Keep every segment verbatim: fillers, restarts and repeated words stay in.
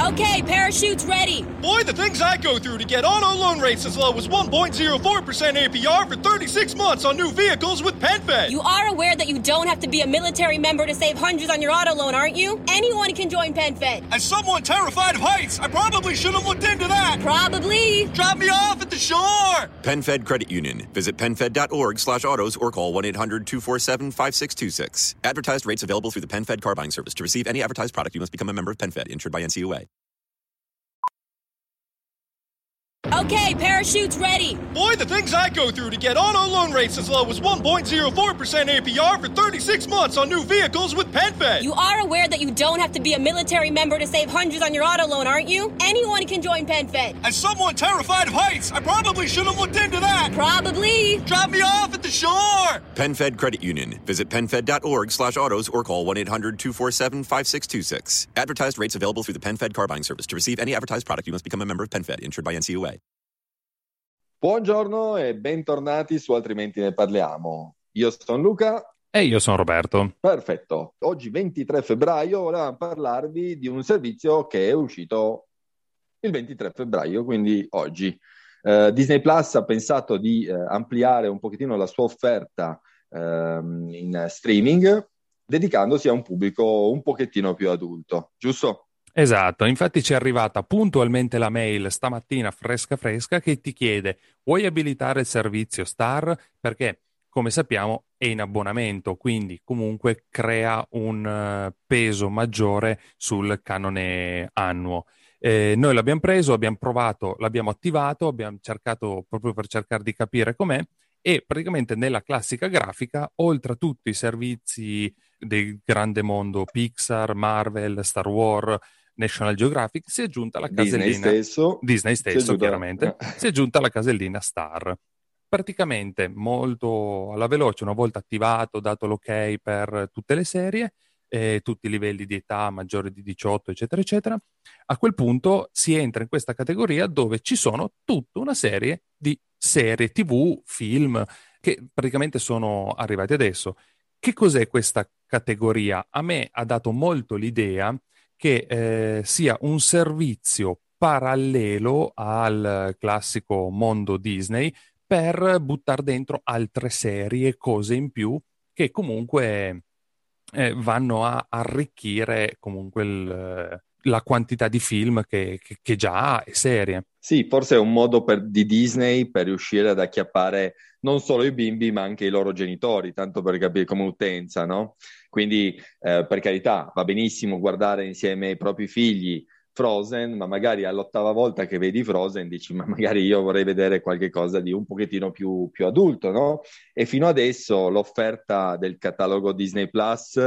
Okay, parachutes ready. Boy, the things I go through to get auto loan rates as low as one point zero four percent A P R for thirty-six months on new vehicles with PenFed. You are aware that you don't have to be a military member to save hundreds on your auto loan, aren't you? Anyone can join PenFed. As someone terrified of heights, I probably should have looked into that. Probably. Drop me off at the shore. PenFed Credit Union. Visit penfed.org slash autos or call one eight hundred two four seven five six two six. Advertised rates available through the PenFed car buying service. To receive any advertised product, you must become a member of PenFed, insured by N C U A. Okay, parachutes ready. Boy, the things I go through to get auto loan rates as low as one point zero four percent A P R for thirty-six months on new vehicles with PenFed. You are aware that you don't have to be a military member to save hundreds on your auto loan, aren't you? Anyone can join PenFed. As someone terrified of heights, I probably should have looked into that. Probably. Drop me off at the shore. PenFed Credit Union. Visit penfed.org slash autos or call one eight hundred two four seven five six two six. Advertised rates available through the PenFed car buying service. To receive any advertised product, you must become a member of PenFed, insured by N C U A. Buongiorno e bentornati su Altrimenti ne parliamo. Io sono Luca. E io sono Roberto. Perfetto. Oggi ventitré febbraio volevamo parlarvi di un servizio che è uscito il ventitré febbraio, quindi oggi. Uh, Disney Plus ha pensato di uh, ampliare un pochettino la sua offerta uh, in streaming, dedicandosi a un pubblico un pochettino più adulto, giusto? Esatto, infatti ci è arrivata puntualmente la mail stamattina fresca fresca che ti chiede: vuoi abilitare il servizio Star? Perché, come sappiamo, è in abbonamento, quindi comunque crea un uh, peso maggiore sul canone annuo. Eh, noi l'abbiamo preso, abbiamo provato, l'abbiamo attivato, abbiamo cercato proprio per cercare di capire com'è, e praticamente nella classica grafica, oltre a tutti i servizi del grande mondo Pixar, Marvel, Star Wars, National Geographic, si è aggiunta la casellina Disney stesso, Disney stesso si chiaramente, si è aggiunta la casellina Star. Praticamente molto alla veloce, una volta attivato, dato l'ok per tutte le serie, eh, tutti i livelli di età maggiori di diciotto, eccetera, eccetera, a quel punto si entra in questa categoria dove ci sono tutta una serie di serie tivù, film, che praticamente sono arrivati adesso. Che cos'è questa categoria? A me ha dato molto l'idea che eh, sia un servizio parallelo al classico mondo Disney per buttare dentro altre serie, cose in più che comunque eh, vanno a arricchire comunque il, la quantità di film che, che, che già ha e serie. Sì, forse è un modo per, di Disney per riuscire ad acchiappare non solo i bimbi ma anche i loro genitori, tanto per capire come utenza, no? Quindi eh, per carità va benissimo guardare insieme ai propri figli Frozen, ma magari all'ottava volta che vedi Frozen dici ma magari io vorrei vedere qualche cosa di un pochettino più, più adulto, no? E fino adesso l'offerta del catalogo Disney Plus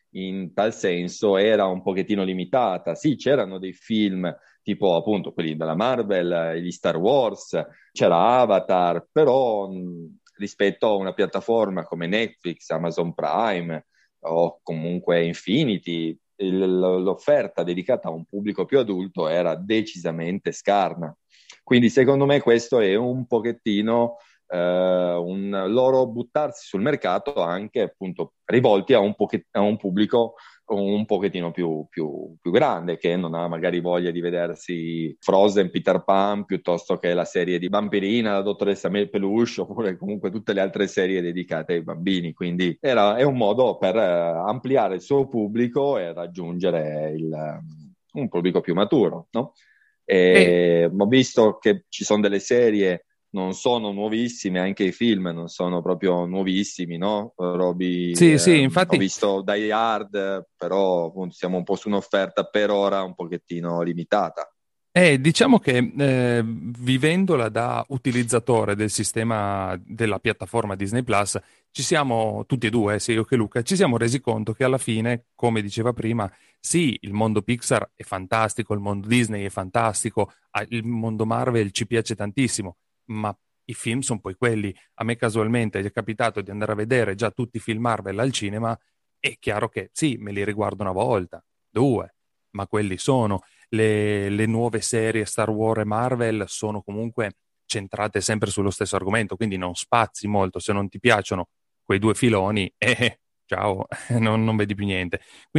in tal senso era un pochettino limitata. Sì, c'erano dei film tipo appunto quelli della Marvel, gli Star Wars, c'era Avatar, però mh, rispetto a una piattaforma come Netflix, Amazon Prime o comunque Infinity, il, l'offerta dedicata a un pubblico più adulto era decisamente scarna. Quindi secondo me questo è un pochettino eh, un loro buttarsi sul mercato anche appunto rivolti a un, poche- a un pubblico un pochettino più, più, più grande, che non ha magari voglia di vedersi Frozen, Peter Pan, piuttosto che la serie di Vampirina, la dottoressa Peluche, oppure comunque tutte le altre serie dedicate ai bambini. Quindi era, è un modo per uh, ampliare il suo pubblico e raggiungere il, um, un pubblico più maturo, no? E e... ho visto che ci sono delle serie non sono nuovissime, anche i film non sono proprio nuovissimi, no? Roby, sì, eh, sì, infatti... ho visto Die Hard, però appunto, siamo un po' su un'offerta per ora un pochettino limitata. Eh, diciamo che eh, vivendola da utilizzatore del sistema della piattaforma Disney Plus, ci siamo tutti e due, sia io che Luca, ci siamo resi conto che alla fine, come diceva prima, sì, il mondo Pixar è fantastico, il mondo Disney è fantastico, il mondo Marvel ci piace tantissimo, ma i film sono poi quelli. A me casualmente è capitato di andare a vedere già tutti i film Marvel al cinema, è chiaro che sì, me li riguardo una volta, due, ma quelli sono. Le, le nuove serie Star Wars e Marvel sono comunque centrate sempre sullo stesso argomento, quindi non spazi molto. Se non ti piacciono quei due filoni, eh, ciao, non, non vedi più niente. Quindi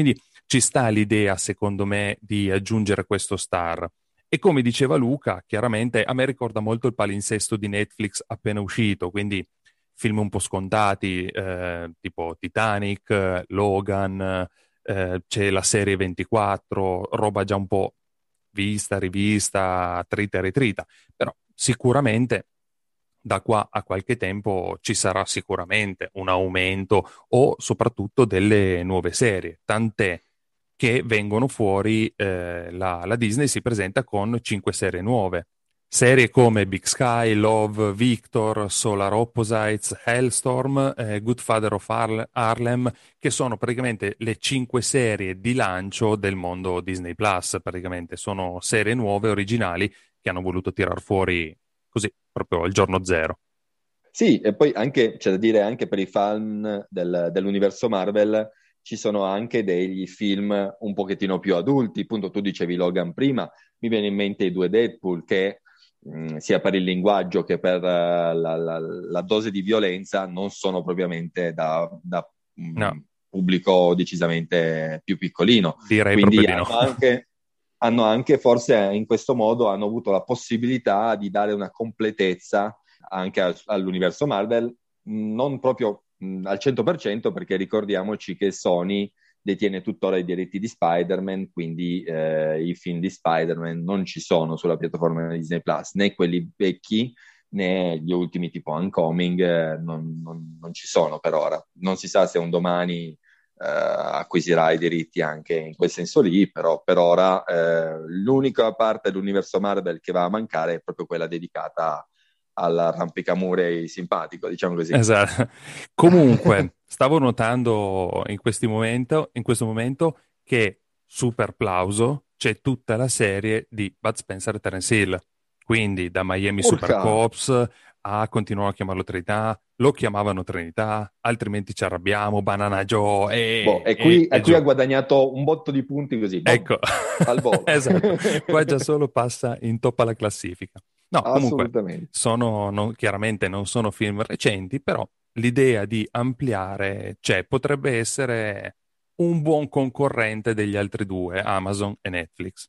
ci sta l'idea, secondo me, di aggiungere questo star. E come diceva Luca, chiaramente a me ricorda molto il palinsesto di Netflix appena uscito, quindi film un po' scontati, eh, tipo Titanic, Logan, eh, c'è la serie ventiquattro, roba già un po' vista, rivista, trita e ritrita, però sicuramente da qua a qualche tempo ci sarà sicuramente un aumento o soprattutto delle nuove serie, tant'è che vengono fuori, eh, la, la Disney si presenta con cinque serie nuove. Serie come Big Sky, Love, Victor, Solar Opposites, Hellstorm, eh, Good Father of Harle- Harlem, che sono praticamente le cinque serie di lancio del mondo Disney Plus. Praticamente sono serie nuove, originali, che hanno voluto tirar fuori così, proprio il giorno zero. Sì, e poi anche, c'è da dire, anche per i fan del- dell'universo Marvel ci sono anche degli film un pochettino più adulti. Appunto, tu dicevi Logan prima, mi viene in mente i due Deadpool che mh, sia per il linguaggio che per uh, la, la- la dose di violenza non sono propriamente da, da, mh, No, pubblico decisamente più piccolino. direi proprio Quindi di no. hanno anche, hanno anche, forse in questo modo, hanno avuto la possibilità di dare una completezza anche al- all'universo Marvel, non proprio mh, al cento per cento, perché ricordiamoci che Sony detiene tuttora i diritti di Spider-Man, quindi eh, i film di Spider-Man non ci sono sulla piattaforma Disney Plus, né quelli vecchi né gli ultimi tipo Homecoming, eh, non, non- non ci sono per ora. Non si sa se un domani eh, acquisirà i diritti anche in quel senso lì, però per ora eh, l'unica parte dell'universo Marvel che va a mancare è proprio quella dedicata all'arrampicamure simpatico, diciamo così. Esatto. Comunque, stavo notando in questi momento, in questo momento che super plauso c'è tutta la serie di Bud Spencer e Terence Hill. Quindi da Miami Super Urca! Cops a continuano a chiamarlo Trinità, lo chiamavano Trinità, altrimenti ci arrabbiamo, Banana Joe Boh, e, e e, qui, e e qui giù. ha guadagnato un botto di punti così, boom, Ecco, al volo. esatto, qua già solo passa in toppa alla classifica. No, comunque, Assolutamente. sono, non- chiaramente non sono film recenti, però l'idea di ampliare, cioè, potrebbe essere un buon concorrente degli altri due, Amazon e Netflix.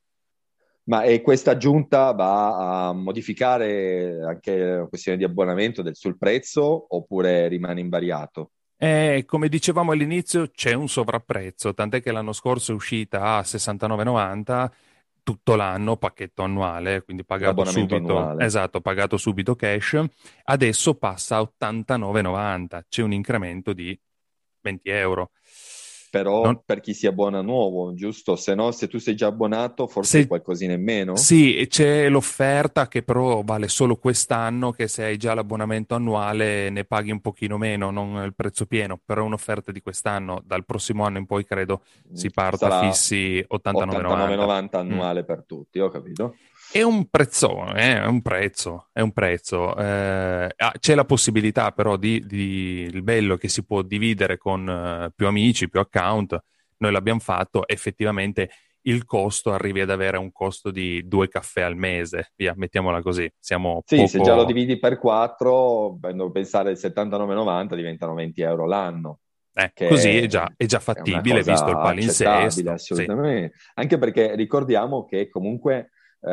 Ma e questa aggiunta va a modificare anche la questione di abbonamento del, sul prezzo oppure rimane invariato? E come dicevamo all'inizio, c'è un sovrapprezzo, tant'è che l'anno scorso è uscita a sessantanove e novanta tutto l'anno, pacchetto annuale, quindi pagato L'abbonamento subito, annuale. esatto, pagato subito cash, adesso passa a ottantanove e novanta, c'è un incremento di venti euro. Però Non- per chi si abbona nuovo, giusto? Se no, se tu sei già abbonato, forse se- qualcosina in meno? Sì, e c'è l'offerta che però vale solo quest'anno, che se hai già l'abbonamento annuale ne paghi un pochino meno, non il prezzo pieno, però è un'offerta di quest'anno, dal prossimo anno in poi credo si parta Sarà fissi ottantanove e novanta. ottantanove e novanta Mm. annuale per tutti, ho capito? È un prezzone, eh, è un prezzo, è un prezzo. Eh, ah, c'è la possibilità però di, di- il bello è che si può dividere con eh, più amici, più account. Noi l'abbiamo fatto, effettivamente il costo arrivi ad avere un costo di due caffè al mese, via, mettiamola così. Siamo Sì, se già lo poco... dividi per quattro, devo pensare il settantanove e novanta diventano venti euro l'anno, eh, così è che già, è già è una fattibile visto il cosa accettabile, palinsesto. Sì. assolutamente. Anche perché ricordiamo che comunque eh,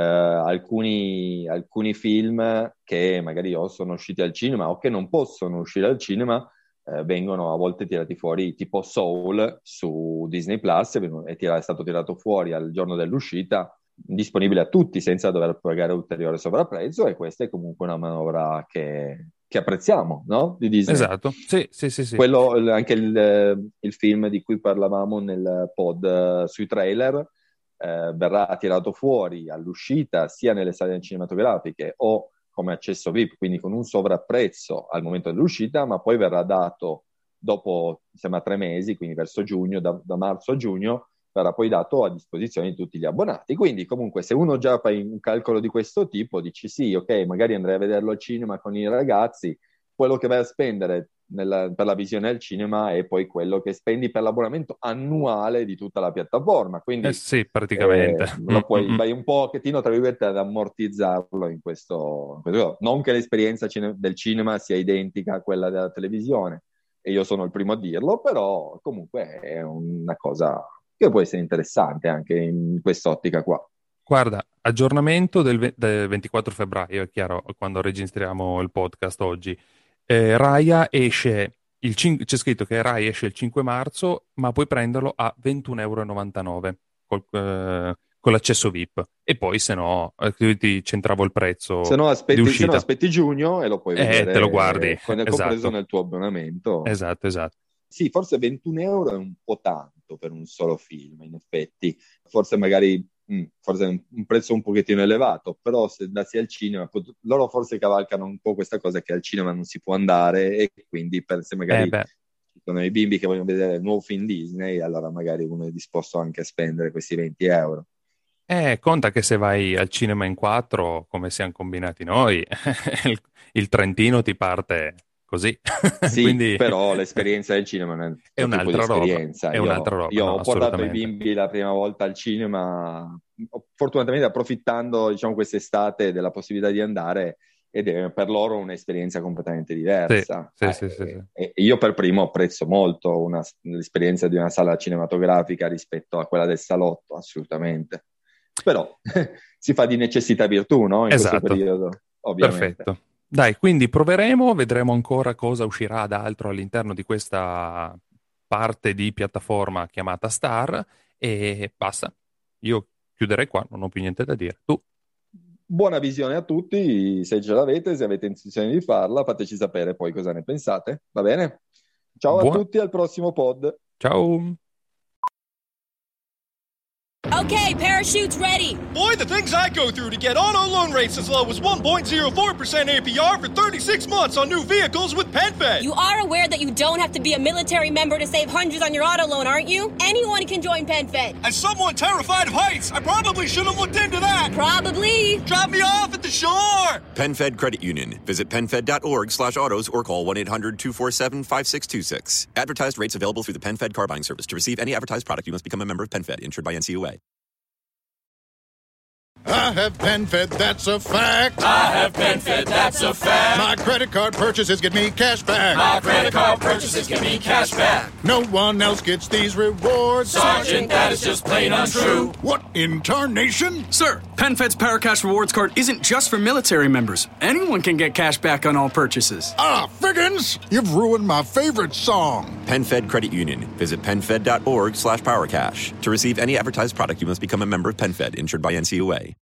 alcuni, alcuni film che magari o sono usciti al cinema o che non possono uscire al cinema eh, vengono a volte tirati fuori, tipo Soul su Disney Plus, è, tira- è stato tirato fuori al giorno dell'uscita, disponibile a tutti senza dover pagare ulteriore sovrapprezzo, e questa è comunque una manovra che, che apprezziamo, no? Di Disney. Esatto, sì, sì, sì, sì. Quello, anche il, il film di cui parlavamo nel pod eh, sui trailer, eh, verrà tirato fuori all'uscita sia nelle sale cinematografiche o come accesso V I P, quindi con un sovrapprezzo al momento dell'uscita, ma poi verrà dato dopo, mi sembra, tre mesi, quindi verso giugno, da, da marzo a giugno, verrà poi dato a disposizione di tutti gli abbonati. Quindi comunque se uno già fa un calcolo di questo tipo, dici sì, ok, magari andrei a vederlo al cinema con i ragazzi, quello che vai a spendere nella, per la visione al cinema è poi quello che spendi per l'abbonamento annuale di tutta la piattaforma. Quindi Eh sì, praticamente. eh, lo puoi, Mm, mm, mm. vai un pochettino, tra virgolette, ad ammortizzarlo in questo, in questo. Non che l'esperienza cine- del cinema sia identica a quella della televisione, e io sono il primo a dirlo, però comunque è una cosa che può essere interessante anche in quest'ottica qua. Guarda, aggiornamento del, ve- del ventiquattro febbraio, è chiaro, quando registriamo il podcast oggi. Eh, Raya esce, il cin- c'è scritto che Raya esce il cinque marzo, ma puoi prenderlo a ventuno virgola novantanove euro col, eh, con l'accesso V I P. E poi, se no, eh, ti centravo il prezzo se no aspetti, di uscita. Se no aspetti giugno e lo puoi Eh, vedere. te lo guardi, con, esatto. Compreso nel tuo abbonamento. Esatto, esatto. Sì, forse ventuno euro è un po' tanto per un solo film, in effetti. Forse magari mh, forse è un, un prezzo un pochettino elevato, però se andassi al cinema, pot- loro forse cavalcano un po' questa cosa che al cinema non si può andare, e quindi per, se magari Eh ci sono i bimbi che vogliono vedere il nuovo film Disney, allora magari uno è disposto anche a spendere questi venti euro. Eh, conta che se vai al cinema in quattro, come siamo combinati noi, il, il Trentino ti parte così. Sì, Quindi però l'esperienza del cinema non è, è un'altra roba. È io, un'altra roba. Io no, ho portato i bimbi la prima volta al cinema, fortunatamente approfittando, diciamo, quest'estate della possibilità di andare, ed è per loro un'esperienza completamente diversa. Sì, eh, sì, sì, sì, sì. E io per primo apprezzo molto una, l'esperienza di una sala cinematografica rispetto a quella del salotto, assolutamente. Però si fa di necessità virtù, no? In Esatto. questo periodo, ovviamente. Perfetto. Dai, quindi proveremo, vedremo ancora cosa uscirà d'altro all'interno di questa parte di piattaforma chiamata Star, e basta. Io chiuderei qua, non ho più niente da dire. Tu? Buona visione a tutti, se ce l'avete, se avete intenzione di farla, fateci sapere poi cosa ne pensate, va bene? Ciao Buon... a tutti, al prossimo pod. Ciao! Okay, parachutes ready. Boy, the things I go through to get auto loan rates as low as one point zero four percent A P R for thirty-six months on new vehicles with PenFed. You are aware that you don't have to be a military member to save hundreds on your auto loan, aren't you? Anyone can join PenFed. As someone terrified of heights, I probably should have looked into that. Probably. Drop me off at the shore. PenFed Credit Union. Visit PenFed.org slash autos or call one eight hundred two four seven five six two six. Advertised rates available through the PenFed car buying service. To receive any advertised product, you must become a member of PenFed, insured by N C U A. I have PenFed, that's a fact. I have PenFed, that's a fact. My credit card purchases get me cash back. My credit card purchases get me cash back. No one else gets these rewards. Sergeant, that is just plain untrue. What in tarnation? Sir, PenFed's Paracash Rewards Card isn't just for military members. Anyone can get cash back on all purchases. Ah, Figgins, you've ruined my favorite song. PenFed Credit Union. Visit PenFed.org slash PowerCash. To receive any advertised product, you must become a member of PenFed, insured by N C U A.